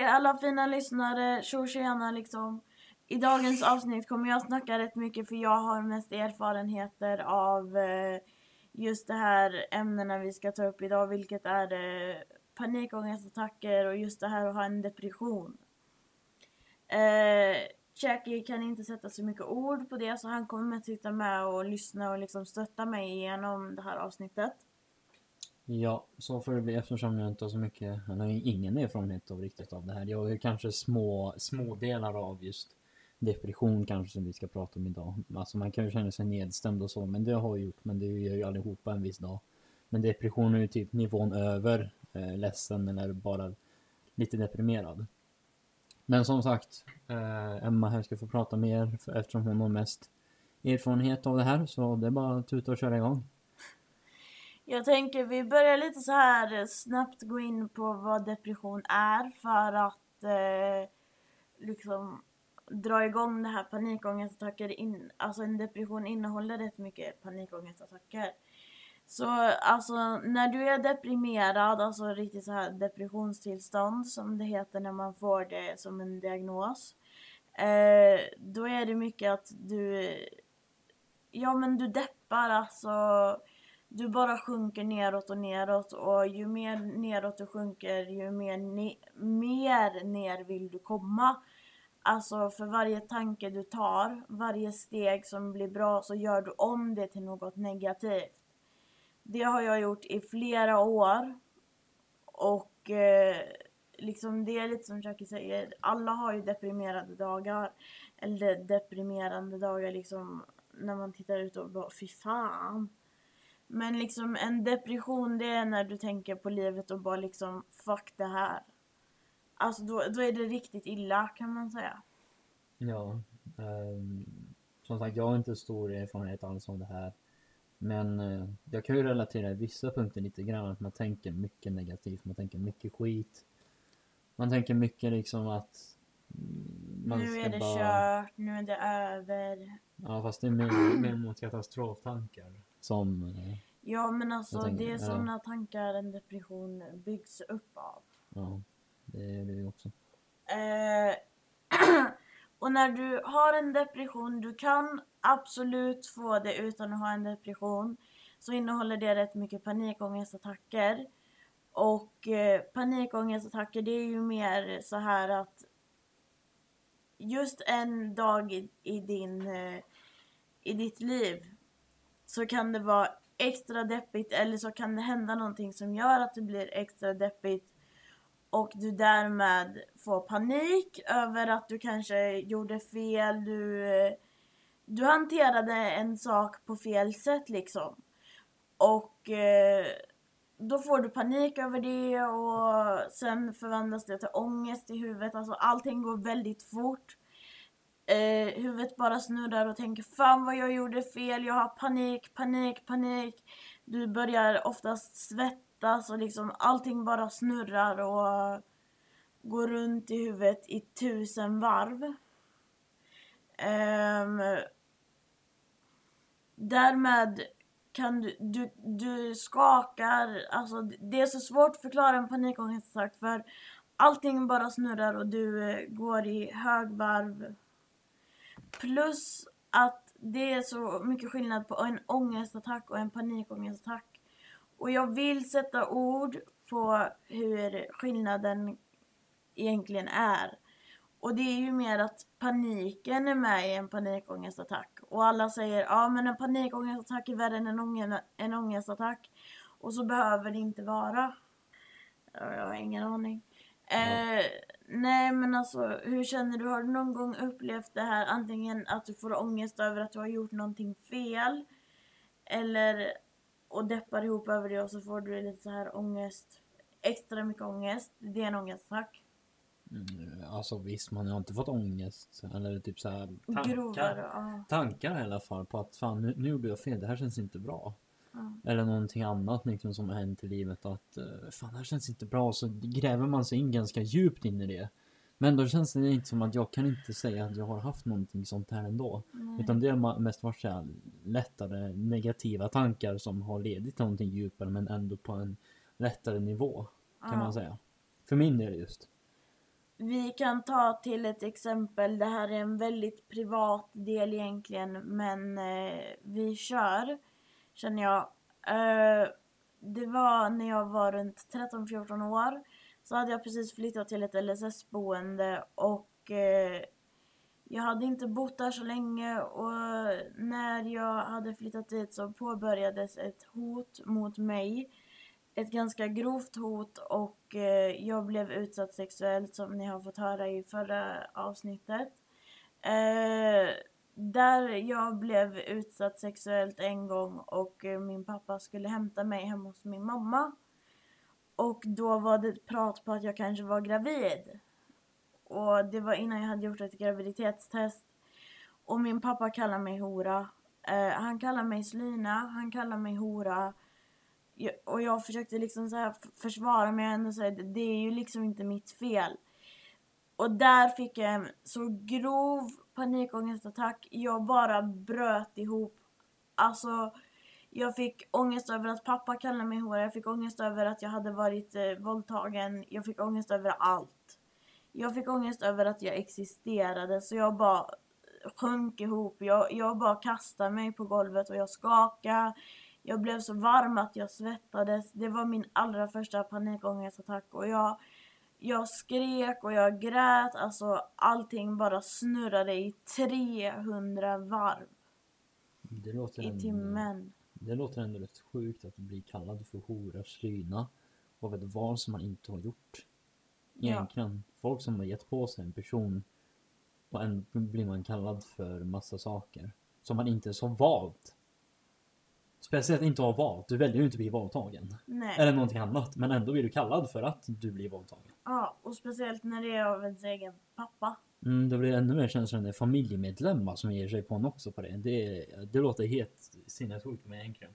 alla fina lyssnare, tjena liksom. I dagens avsnitt kommer jag snacka rätt mycket för jag har mest erfarenheter av just det här ämnena vi ska ta upp idag, vilket är panikångestattacker och just det här att ha en depression. Jackie kan inte sätta så mycket ord på det, så han kommer att sitta med och lyssna och liksom stötta mig igenom det här avsnittet. Ja, så får det bli eftersom jag inte har så mycket, jag har ingen erfarenhet av riktigt av det här. Jag har kanske små delar av just depression kanske som vi ska prata om idag. Alltså man kan ju känna sig nedstämd och så, men det har jag gjort, men det gör ju allihopa en viss dag. Men depression är ju typ nivån över ledsen eller bara lite deprimerad. Men som sagt, Emma här ska få prata mer eftersom hon har mest erfarenhet av det här, så det är bara att tuta och köra igång. Jag tänker vi börjar lite så här snabbt gå in på vad depression är för att liksom dra igång det här panikångestattacker. Alltså en depression innehåller rätt mycket panikångestattacker. Så alltså när du är deprimerad, alltså riktigt så här depressionstillstånd som det heter när man får det som en diagnos. Då är det mycket att du deppar, alltså du bara sjunker neråt och ju mer neråt du sjunker ju mer ner vill du komma. Alltså för varje tanke du tar, varje steg som blir bra så gör du om det till något negativt. Det har jag gjort i flera år och liksom det är lite som Jackie säger, alla har ju deprimerade dagar eller deprimerande dagar liksom när man tittar ut och bara fy fan. Men liksom en depression, det är när du tänker på livet och bara liksom fuck det här. Alltså då är det riktigt illa kan man säga. Ja, som sagt jag har inte stor erfarenhet alls om det här. Men jag kan ju relatera i vissa punkter lite grann att man tänker mycket negativt, man tänker mycket skit. Man tänker mycket liksom att man nu är det kört, nu är det över. Ja, fast det är mer mot katastroftankar som ja, men alltså tänker, det är sådana tankar en depression byggs upp av. Ja, det är det ju också. Och när du har en depression, du kan absolut få det utan att ha en depression, så innehåller det rätt mycket panikångestattacker. Och panikångestattacker, det är ju mer så här att just en dag i ditt liv så kan det vara extra deppigt, eller så kan det hända någonting som gör att det blir extra deppigt och du därmed får panik över att du kanske gjorde fel, du hanterade en sak på fel sätt liksom. Och då får du panik över det och sen förvandlas det till ångest i huvudet. Alltså allting går väldigt fort. Huvudet bara snurrar och tänker fan vad jag gjorde fel, jag har panik. Du börjar oftast svettas och liksom allting bara snurrar och går runt i huvudet i 1000 varv. Därmed kan du skakar, alltså det är så svårt att förklara en panikångestattack för allting bara snurrar och du går i högvarv. Plus att det är så mycket skillnad på en ångestattack och en panikångestattack. Och jag vill sätta ord på hur skillnaden egentligen är. Och det är ju mer att paniken är med i en panikångestattack. Och alla säger, ja men en panikångestattack är värre än en ångestattack. Och så behöver det inte vara. Jag har ingen aning. Nej men alltså, hur känner du? Har du någon gång upplevt det här? Antingen att du får ångest över att du har gjort någonting fel. Eller och deppar ihop över det och så får du lite så här ångest. Extra mycket ångest. Det är en ångestattack. Alltså visst, man har inte fått ångest eller typ så här tankar i alla fall på att fan nu gjorde jag fel, det här känns inte bra. Eller någonting annat liksom som har hänt i livet att fan det här känns inte bra, så gräver man sig in ganska djupt in i det. Men då känns det inte som att jag kan inte säga att jag har haft någonting sånt här ändå. Utan det är mest varit så här lättare negativa tankar som har ledit till någonting djupare men ändå på en lättare nivå kan man säga. För min del just. vi kan ta till ett exempel. Det här är en väldigt privat del egentligen, men vi känner jag. Det var när jag var runt 13-14 år. Så hade jag precis flyttat till ett LSS-boende och jag hade inte bott där så länge, och när jag hade flyttat dit så påbörjades ett hot mot mig. Ett ganska grovt hot, och jag blev utsatt sexuellt, som ni har fått höra i förra avsnittet. Där jag blev utsatt sexuellt en gång, och min pappa skulle hämta mig hem hos min mamma. Och då var det prat på att jag kanske var gravid. Och det var innan jag hade gjort ett graviditetstest. Och min pappa kallar mig hora. Han kallar mig slyna, han kallar mig hora. Och jag försökte liksom så här försvara mig och ändå säga det är ju liksom inte mitt fel. Och där fick jag en så grov panikångestattack. Jag bara bröt ihop. Alltså, jag fick ångest över att pappa kallade mig hora. Jag fick ångest över att jag hade varit våldtagen. Jag fick ångest över allt. Jag fick ångest över att jag existerade. Så jag bara sjönk ihop. Jag bara kastade mig på golvet och jag skakade. Jag blev så varm att jag svettades. Det var min allra första panikångestattack. Och jag skrek och jag grät. Alltså allting bara snurrade i 300 varv i timmen. Det låter ändå rätt sjukt att bli kallad för hora, slyna av ett val som man inte har gjort. Egentligen, folk som har gett på sig en person och ändå blir man kallad för massa saker som man inte så valt. Speciellt inte har valt. Du väljer ju inte att bli våldtagen. Nej. Eller någonting annat. Men ändå blir du kallad för att du blir våldtagen. Ja, och speciellt när det är av ens egen pappa. Det blir ännu mer känslan när det är familjemedlemmar som ger sig på en också på det. Det låter helt sinnessjukt med egentligen.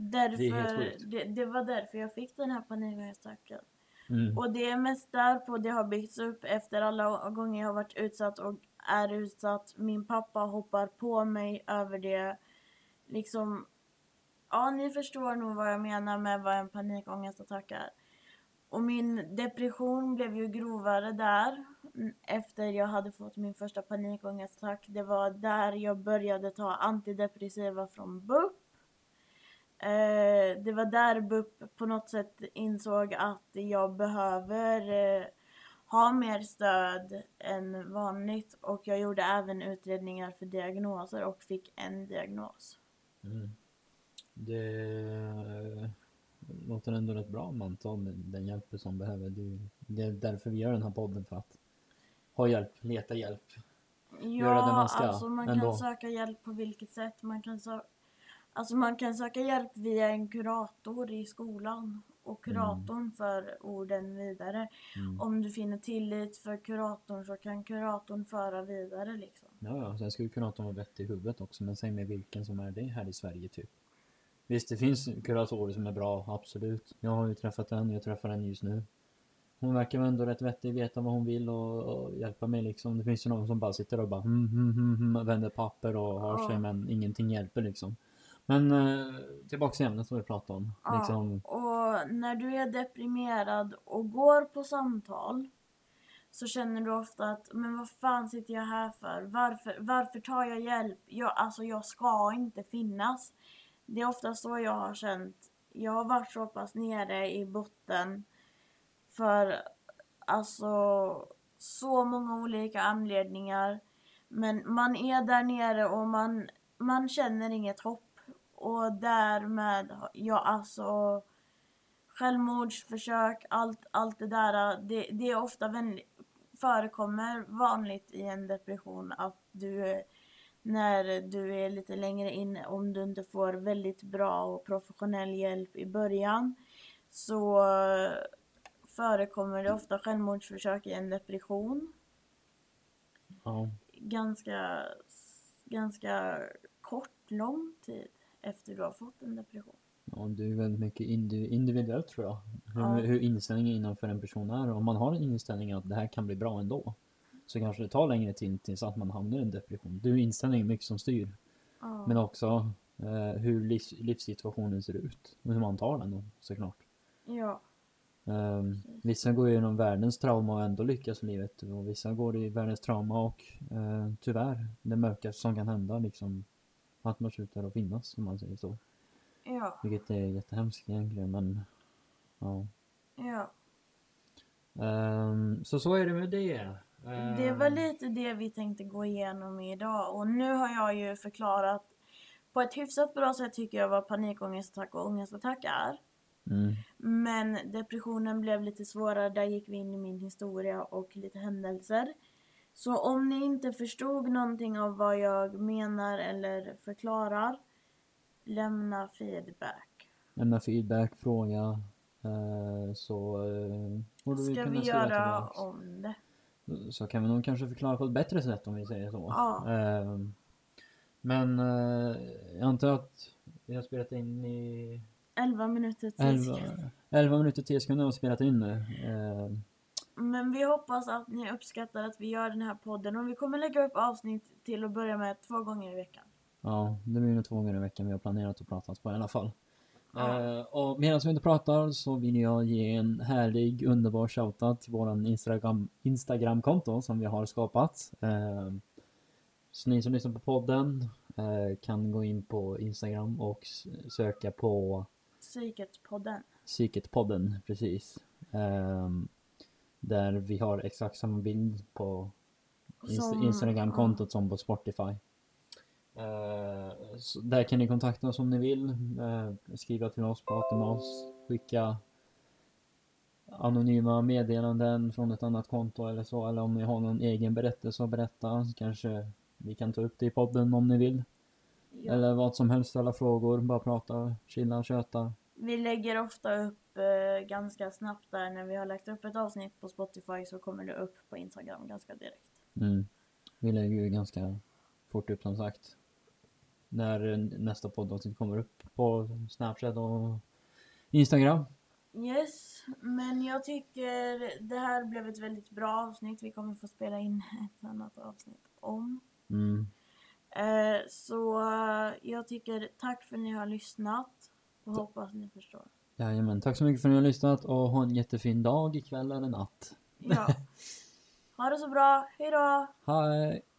Det var därför jag fick den här panikångestattacken. Mm. Och det är mest därpå det har byggts upp efter alla gånger jag har varit utsatt och är utsatt. Min pappa hoppar på mig över det. Liksom, ja, ni förstår nog vad jag menar med vad en panikångestattack är. Och min depression blev ju grovare där efter jag hade fått min första panikångestattack. Det var där jag började ta antidepressiva från BUP. Det var där BUP på något sätt insåg att jag behöver ha mer stöd än vanligt. Och jag gjorde även utredningar för diagnoser och fick en diagnos. Det låter ändå rätt bra om man tar den hjälp som behöver. Det är därför vi gör den här podden, för att ha hjälp, leta hjälp. Göra det man ska. Alltså man kan söka hjälp på vilket sätt. Man kan söka hjälp via en kurator i skolan. Och kuratorn för orden vidare. Om du finner tillit för kuratorn så kan kuratorn föra vidare liksom. Ja, sen ska ju kuratorn vara vettig i huvudet också. Men säg mig vilken som är det här i Sverige typ. Visst, det finns kuratorer som är bra, absolut. Jag har ju träffat en, jag träffar en just nu. Hon verkar ändå rätt vettig, veta vad hon vill och hjälpa mig liksom. Det finns ju någon som bara sitter och bara vänder papper och har sig, men ingenting hjälper liksom. Men tillbaka till ämnet som vi pratade om. Ja, liksom. Och när du är deprimerad och går på samtal så känner du ofta att, men vad fan sitter jag här för? Varför tar jag hjälp? Jag ska inte finnas. Det är ofta så jag har känt. Jag har varit så pass nere i botten för så många olika anledningar. Men man är där nere och man känner inget hopp. Och därmed, självmordsförsök, allt det där, det är ofta förekommer vanligt i en depression att när du är lite längre in, om du inte får väldigt bra och professionell hjälp i början, så förekommer det ofta självmordsförsök i en depression. Ja. Ganska lång tid efter du har fått en depression. Ja, det är väldigt mycket individuellt tror jag. Hur inställningen innanför en person är. Om man har en inställning att det här kan bli bra ändå, så kanske det tar längre tid tills att man hamnar i en depression. Det är inställningen mycket som styr. Men också hur livssituationen ser ut. Och hur man tar den då, såklart. Ja. Vissa går igenom världens trauma och ändå lyckas i livet. Och vissa går i världens trauma och tyvärr, det mörkaste som kan hända liksom, att man slutar att finnas, om man säger så. Ja. Vilket är jättehemskt egentligen, men ja. Ja. Så är det med det. Det var lite det vi tänkte gå igenom idag. Och nu har jag ju förklarat på ett hyfsat bra sätt, tycker jag, vad panikångestattack och ångestattack är. Men depressionen blev lite svårare. Där gick vi in i min historia och lite händelser. Så om ni inte förstod någonting av vad jag menar eller förklarar, lämna feedback. Fråga. Så borde vi Ska kunna vi skriva göra tillbaks. om det? Så kan vi nog kanske förklara på ett bättre sätt, om vi säger så. Ja. Men jag antar att vi har spelat in i 11 minuter till. 11 minuter till ska vi ha spelat in nu. Men vi hoppas att ni uppskattar att vi gör den här podden. Och vi kommer lägga upp avsnitt till att börja med 2 gånger i veckan. Ja, det blir nog 2 gånger i veckan vi har planerat att prata på i alla fall. Ja. Och medan vi inte pratar så vill jag ge en härlig, underbar shoutout till våran Instagram-konto som vi har skapat. Så ni som lyssnar på podden kan gå in på Instagram och söka på Psyketpodden, precis. Där vi har exakt samma bild på Instagram-kontot som på Spotify. Så där kan ni kontakta oss om ni vill. Skriva till oss, prata med oss, skicka anonyma meddelanden från ett annat konto eller så. Eller om ni har någon egen berättelse att berätta, så kanske vi kan ta upp det i podden om ni vill. Ja. Eller vad som helst, ställa frågor, bara prata, chilla, köta. Vi lägger ofta upp ganska snabbt där. När vi har lagt upp ett avsnitt på Spotify så kommer det upp på Instagram ganska direkt. Vi lägger ju ganska fort upp, som sagt. När nästa poddavsnitt kommer upp på Snapchat och Instagram. Yes, men jag tycker det här blev ett väldigt bra avsnitt. Vi kommer få spela in ett annat avsnitt om. Så jag tycker tack för att ni har lyssnat. Och hoppas ni förstår. Jajamän, tack så mycket för att ni har lyssnat. Och ha en jättefin dag, ikväll eller natt. Ja. Ha det så bra, hejdå! Hej!